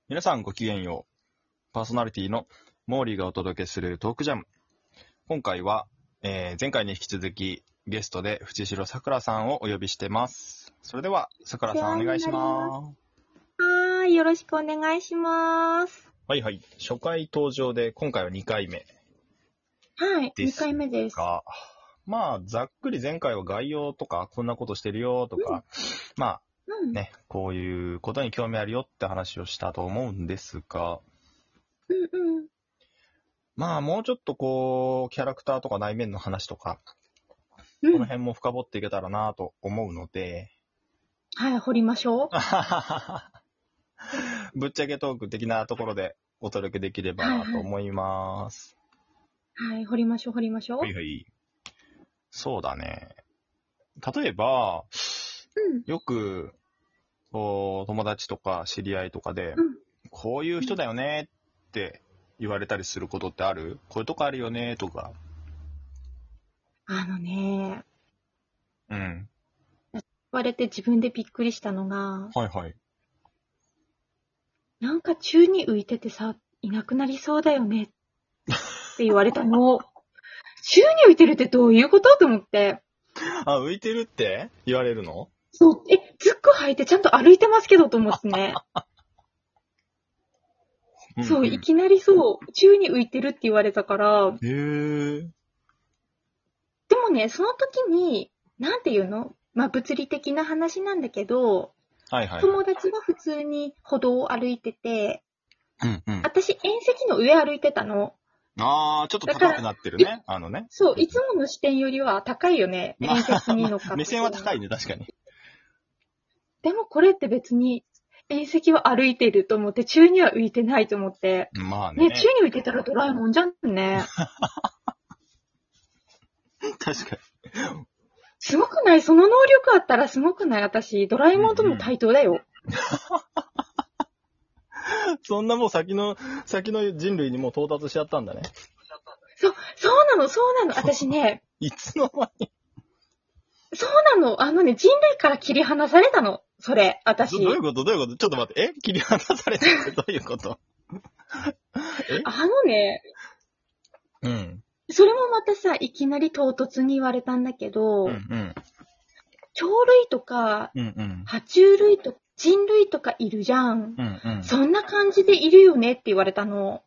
皆さんごきげんよう。パーソナリティのモーリーがお届けするトークジャム。今回は、前回に引き続きゲストで藤代さくらさんをお呼びしてます。それでは、さくらさんお願いします。 はーい、よろしくお願いします。 はいはい。初回登場で、今回は2回目はい、2 です回目です。 が、まあ、ざっくり前回は概要とか、こんなことしてるよとか、まあ、ね、こういうことに興味あるよって話をしたと思うんですが、まあ、もうちょっとこう、キャラクターとか内面の話とか、この辺も深掘っていけたらなと思うので、 はい、掘りましょう。 ぶっちゃけトーク的なところでお届けできればなと思います。 はい、掘りましょう、掘りましょう。 はいはい。そうだね。例えば、よく、こう、友達とか知り合いとかで、こういう人だよねって言われたりすることってある？こういうとこあるよねとか。 言うん。 われて自分でびっくりしたのが、 はいはい。 なんか宙に浮いててさ、いなくなりそうだよねって言われたの。宙に浮いてるってどういうことと思って。 あ、浮いてるって言われるの？ そう、ズック履いてちゃんと歩いてますけどと思ってね。そう、いきなりそう、宙に浮いてるって言われたから。 へー。 でもね、その時に、なんていうの？まあ、物理的な話なんだけど、 はいはい。 友達は普通に歩道を歩いてて、 うんうん。 私、縁石の上歩いてたの。 あー、ちょっと高くなってるね。ね。 そう、いつもの視点よりは高いよね。縁石に乗っかって。 目線は高いね、確かに。 でもこれって別に、縁石は歩いてると思って、宙には浮いてないと思って。 まあね。 ね、宙に浮いてたらドラえもんじゃんね。 確かに。 すごくない？その能力あったらすごくない？私、ドラえもんとも対等だよ。 そんなもう先の人類にもう到達しちゃったんだね。 そうなの。私ね。 いつの間に？ そうなの。人類から切り離されたの。それ、私。 どういうこと？ちょっと待って。切り離されたってどういうこと？ うん。それもまたさ、いきなり唐突に言われたんだけど、鳥類とか、爬虫類とか、人類とかいるじゃん。そんな感じでいるよねって言われたの。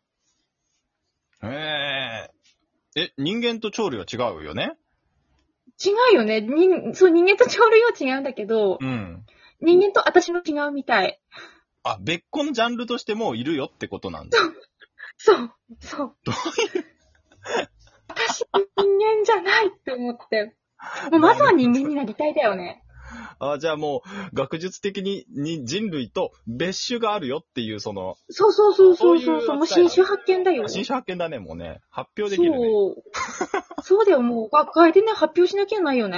人間と鳥類は違うよね？ 違うよね。そう、人間と鳥類は違うんだけど、人間と私も違うみたい。 あ、別個のジャンルとしてもいるよってことなんだ。 そう。 どういう私、人間じゃないって思って。もうまずは人間になりたいだよね。 あ、じゃあもう、学術的に人類と別種があるよっていう、その。 そう。もう新種発見だよ。 新種発見だね、もうね。発表できるね。 そうだよ、もう学会でね、発表しなきゃないよね。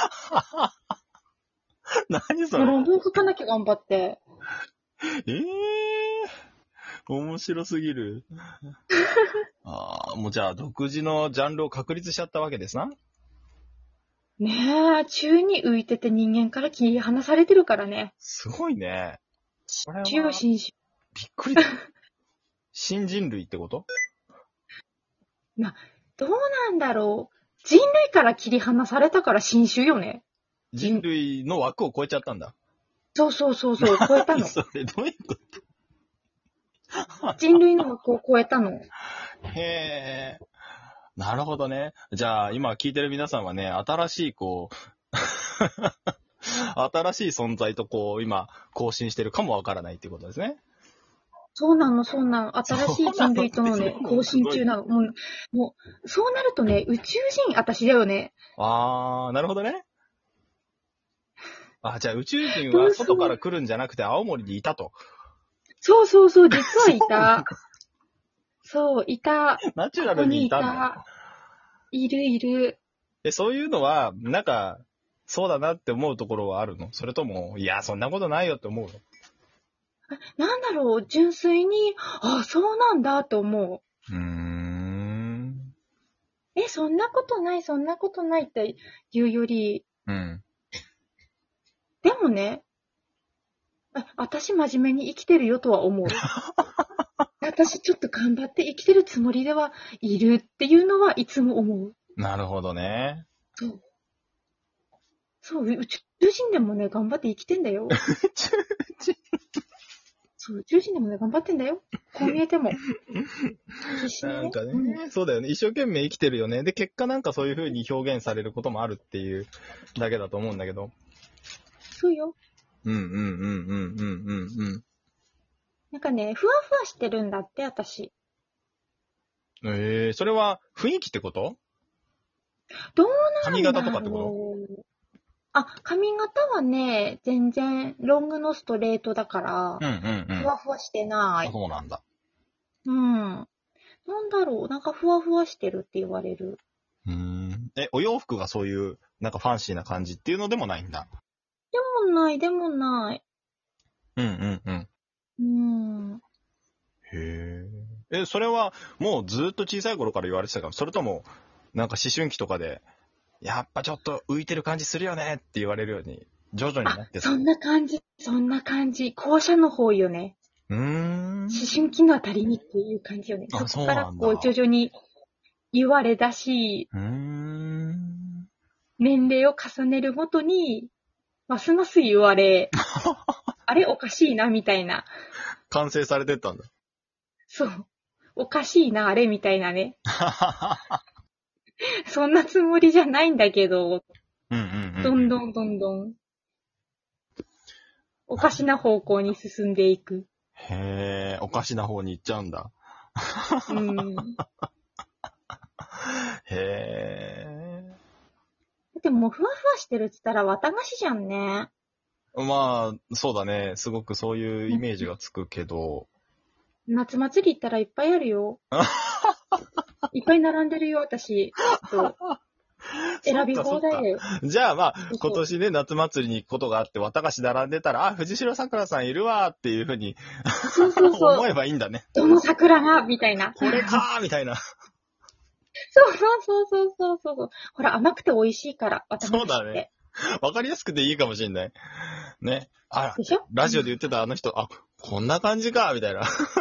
何それ？ 論文書かなきゃ頑張って。 面白すぎる。もうじゃあ、独自のジャンルを確立しちゃったわけですな。 ねえ、宙に浮いてて人間から切り離されてるからね。 すごいね。これは新種。 びっくりだ。新人類ってこと？ どうなんだろう。人類から切り離されたから新種よね。 人類の枠を超えちゃったんだ。 そう、超えたの。 それどういうこと？ 人類の枠を超えたの。 へー。なるほどね。じゃあ、今聞いてる皆さんはね、新しい新しい存在と今、更新してるかもわからないっていうことですね。 そうなの。新しい人類とのね、更新中なの。もう、そうなるとね、宇宙人私だよね。 なるほどね。じゃあ宇宙人は外から来るんじゃなくて青森にいたと。 そう、実はいた。そう、いた。 ナチュラルにいたんだ。 いる。 そういうのは、なんか、そうだなって思うところはあるの？それとも、いや、そんなことないよって思うの？ なんだろう、純粋に、そうなんだと思う。そんなことないって言うより、でもね、 私真面目に生きてるよとは思う。私ちょっと頑張って生きてるつもりではいるっていうのはいつも思う。 なるほどね。 そう。そう、宇宙人でもね、頑張って生きてんだよ。そう、宇宙人でもね、頑張ってんだよ。こう見えても。必死にね。 なんかね、そうだよね。一生懸命生きてるよね。で、結果なんかそういう風に表現されることもあるっていうだけだと思うんだけど。 そうよ。 うんうんうんうんうんうんうん。 なんかね、ふわふわしてるんだって、私。 それは雰囲気ってこと？ どうなんだろう。 髪型とかってこ髪型はね、全然、ロングのストレートだから、ふわふわしてない。 そうなんだ。 うん。なんだろう、なんかふわふわしてるって言われる。 お洋服がそういう、なんかファンシーな感じっていうのでもないんだ。 でもない。 うん。へえ。それはもうずっと小さい頃から言われてたかも。それとも、なんか思春期とかで、やっぱちょっと浮いてる感じするよねって言われるように、徐々になってた。 そんな感じ。後者の方よね。思春期のあたりにっていう感じよね。そこからこう徐々に言われだし、年齢を重ねるごとに、ますます言われ、あれおかしいな、みたいな。 完成されてったんだ。 そう。おかしいな、あれみたいなね。そんなつもりじゃないんだけど、どんどん、おかしな方向に進んでいく。 へえ、おかしな方に行っちゃうんだ。へえ。 でも、ふわふわしてるって言ったら綿菓子じゃんね。 まあ、そうだね。すごくそういうイメージがつくけど。 夏祭り行ったらいっぱいあるよ。いっぱい並んでるよ、私。選び放題だよ。 じゃあまあ、今年ね、夏祭りに行くことがあって、綿菓子並んでたら、藤代さくらさんいるわっていうふうに思えばいいんだね。 どの桜がみたいな。 これかーみたいな。 そう。ほら、甘くて美味しいから、綿菓子って。そうだね。 わかりやすくていいかもしれない。ね。 でしょ？ ラジオで言ってたあの人、こんな感じかみたいな。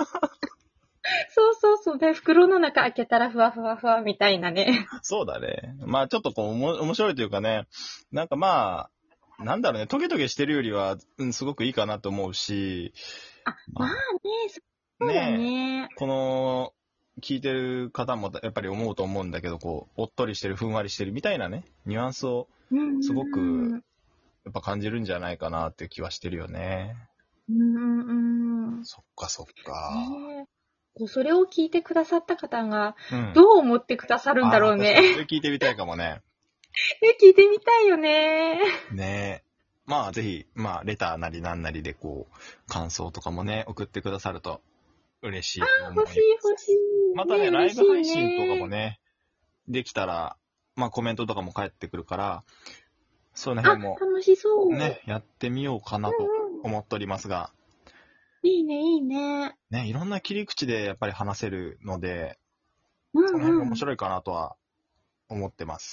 そう。で、袋の中開けたらふわふわみたいなね。 そうだね。まあちょっとこう、面白いというかね、なんかまあ、なんだろうね、トゲトゲしてるよりは、すごくいいかなと思うし。 まあね、そうだね。 この、聞いてる方もやっぱり思うと思うんだけど、こう、おっとりしてる、ふんわりしてるみたいなね、ニュアンスを、すごく、やっぱ感じるんじゃないかなっていう気はしてるよね。そっか。 それを聞いてくださった方が、どう思ってくださるんだろうね。 それ聞いてみたいかもね。 聞いてみたいよね。 ねえ。まあぜひ、まあレターなりなんなりでこう、感想とかもね、送ってくださると嬉しいと思います。 欲しい。 またね、ライブ配信とかもね、できたら、まあコメントとかも返ってくるから、そういうのも、 楽しそう。 ね、やってみようかなと思っておりますが。 いいね。 ね、いろんな切り口でやっぱり話せるので、その辺が面白いかなとは思ってます。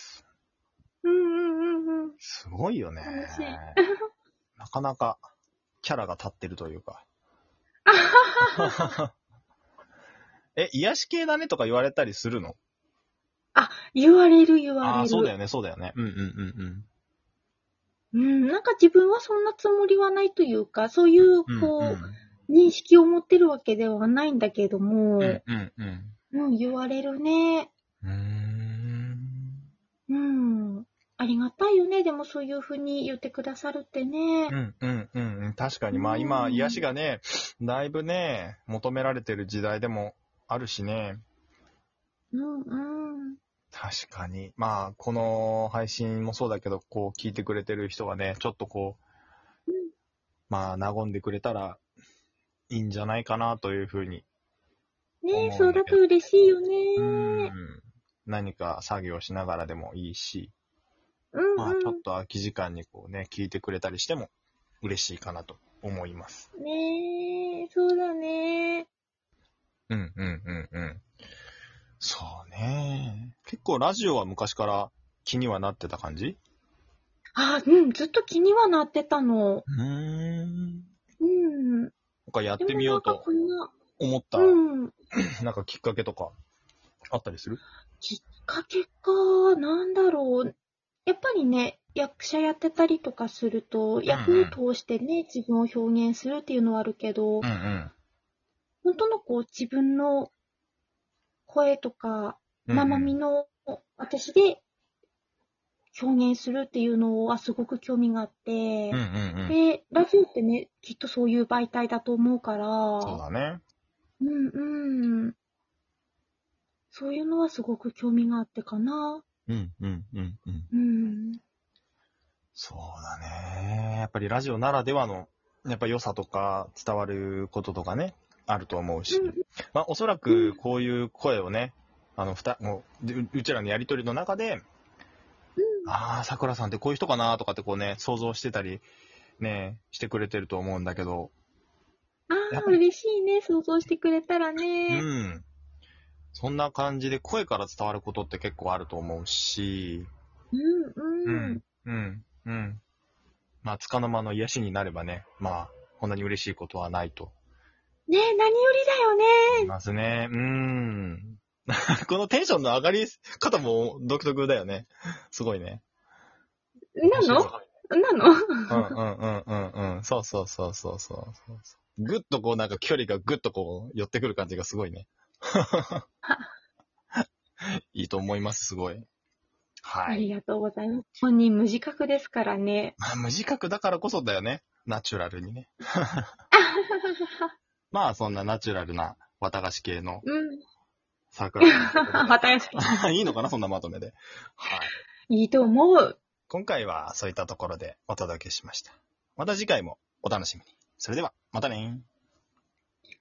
すごいよね。なかなかキャラが立ってるというか。癒し系だねとか言われたりするの？ 言われる。 そうだよね。 なんか自分はそんなつもりはないというか、そういう、認識を持ってるわけではないんだけども、言われるね。ありがたいよね。でもそういうふうに言ってくださるってね。 確かに。まあ今、癒しがね、だいぶね、求められてる時代でもあるしね。確かに。まあ、この配信もそうだけど、こう聞いてくれてる人がね、ちょっとこう、まあ、和んでくれたらいいんじゃないかなというふうに。 ね、そうだと嬉しいよね。 何か作業しながらでもいいし。まあ、ちょっと空き時間にこうね、聞いてくれたりしても嬉しいかなと思います。 ねえ、そうだね。 そうね。結構ラジオは昔から気にはなってた感じ？ ずっと気にはなってたの。 かやってみようと思った、なんかきっかけとかあったりする？ きっかけか、なんだろう。やっぱりね、役者やってたりとかすると、役を通してね、自分を表現するっていうのはあるけど、本当のこう自分の声とか、生身の私で表現するっていうのはすごく興味があって、で、ラジオってね、きっとそういう媒体だと思うから、 そうだね。 そういうのはすごく興味があってかな。 そうだね。やっぱりラジオならではの、やっぱ良さとか伝わることとかね、あると思うし。まあ、おそらくこういう声をね、もうちらのやりとりの中で、ああ、桜さんってこういう人かなとかってこうね、想像してたり、ね、してくれてると思うんだけど。 ああ、嬉しいね、想像してくれたらね。 そんな感じで声から伝わることって結構あると思うし。まあ、束の間の癒しになればね、まあ、こんなに嬉しいことはないと。 ねえ、何よりだよね。 いますね。このテンションの上がり方も独特だよね。すごいね。 なのそう。ぐっとこうなんか距離がぐっとこう寄ってくる感じがすごいね。いいと思います、すごい。 はい。ありがとうございます。本人無自覚ですからね。 まあ、無自覚だからこそだよね。ナチュラルにね。まあ、そんなナチュラルな綿菓子系の桜。 綿菓子。 いいのかな、そんなまとめで。 はい。いいと思う。 今回はそういったところでお届けしました。また次回もお楽しみに。それでは、またね。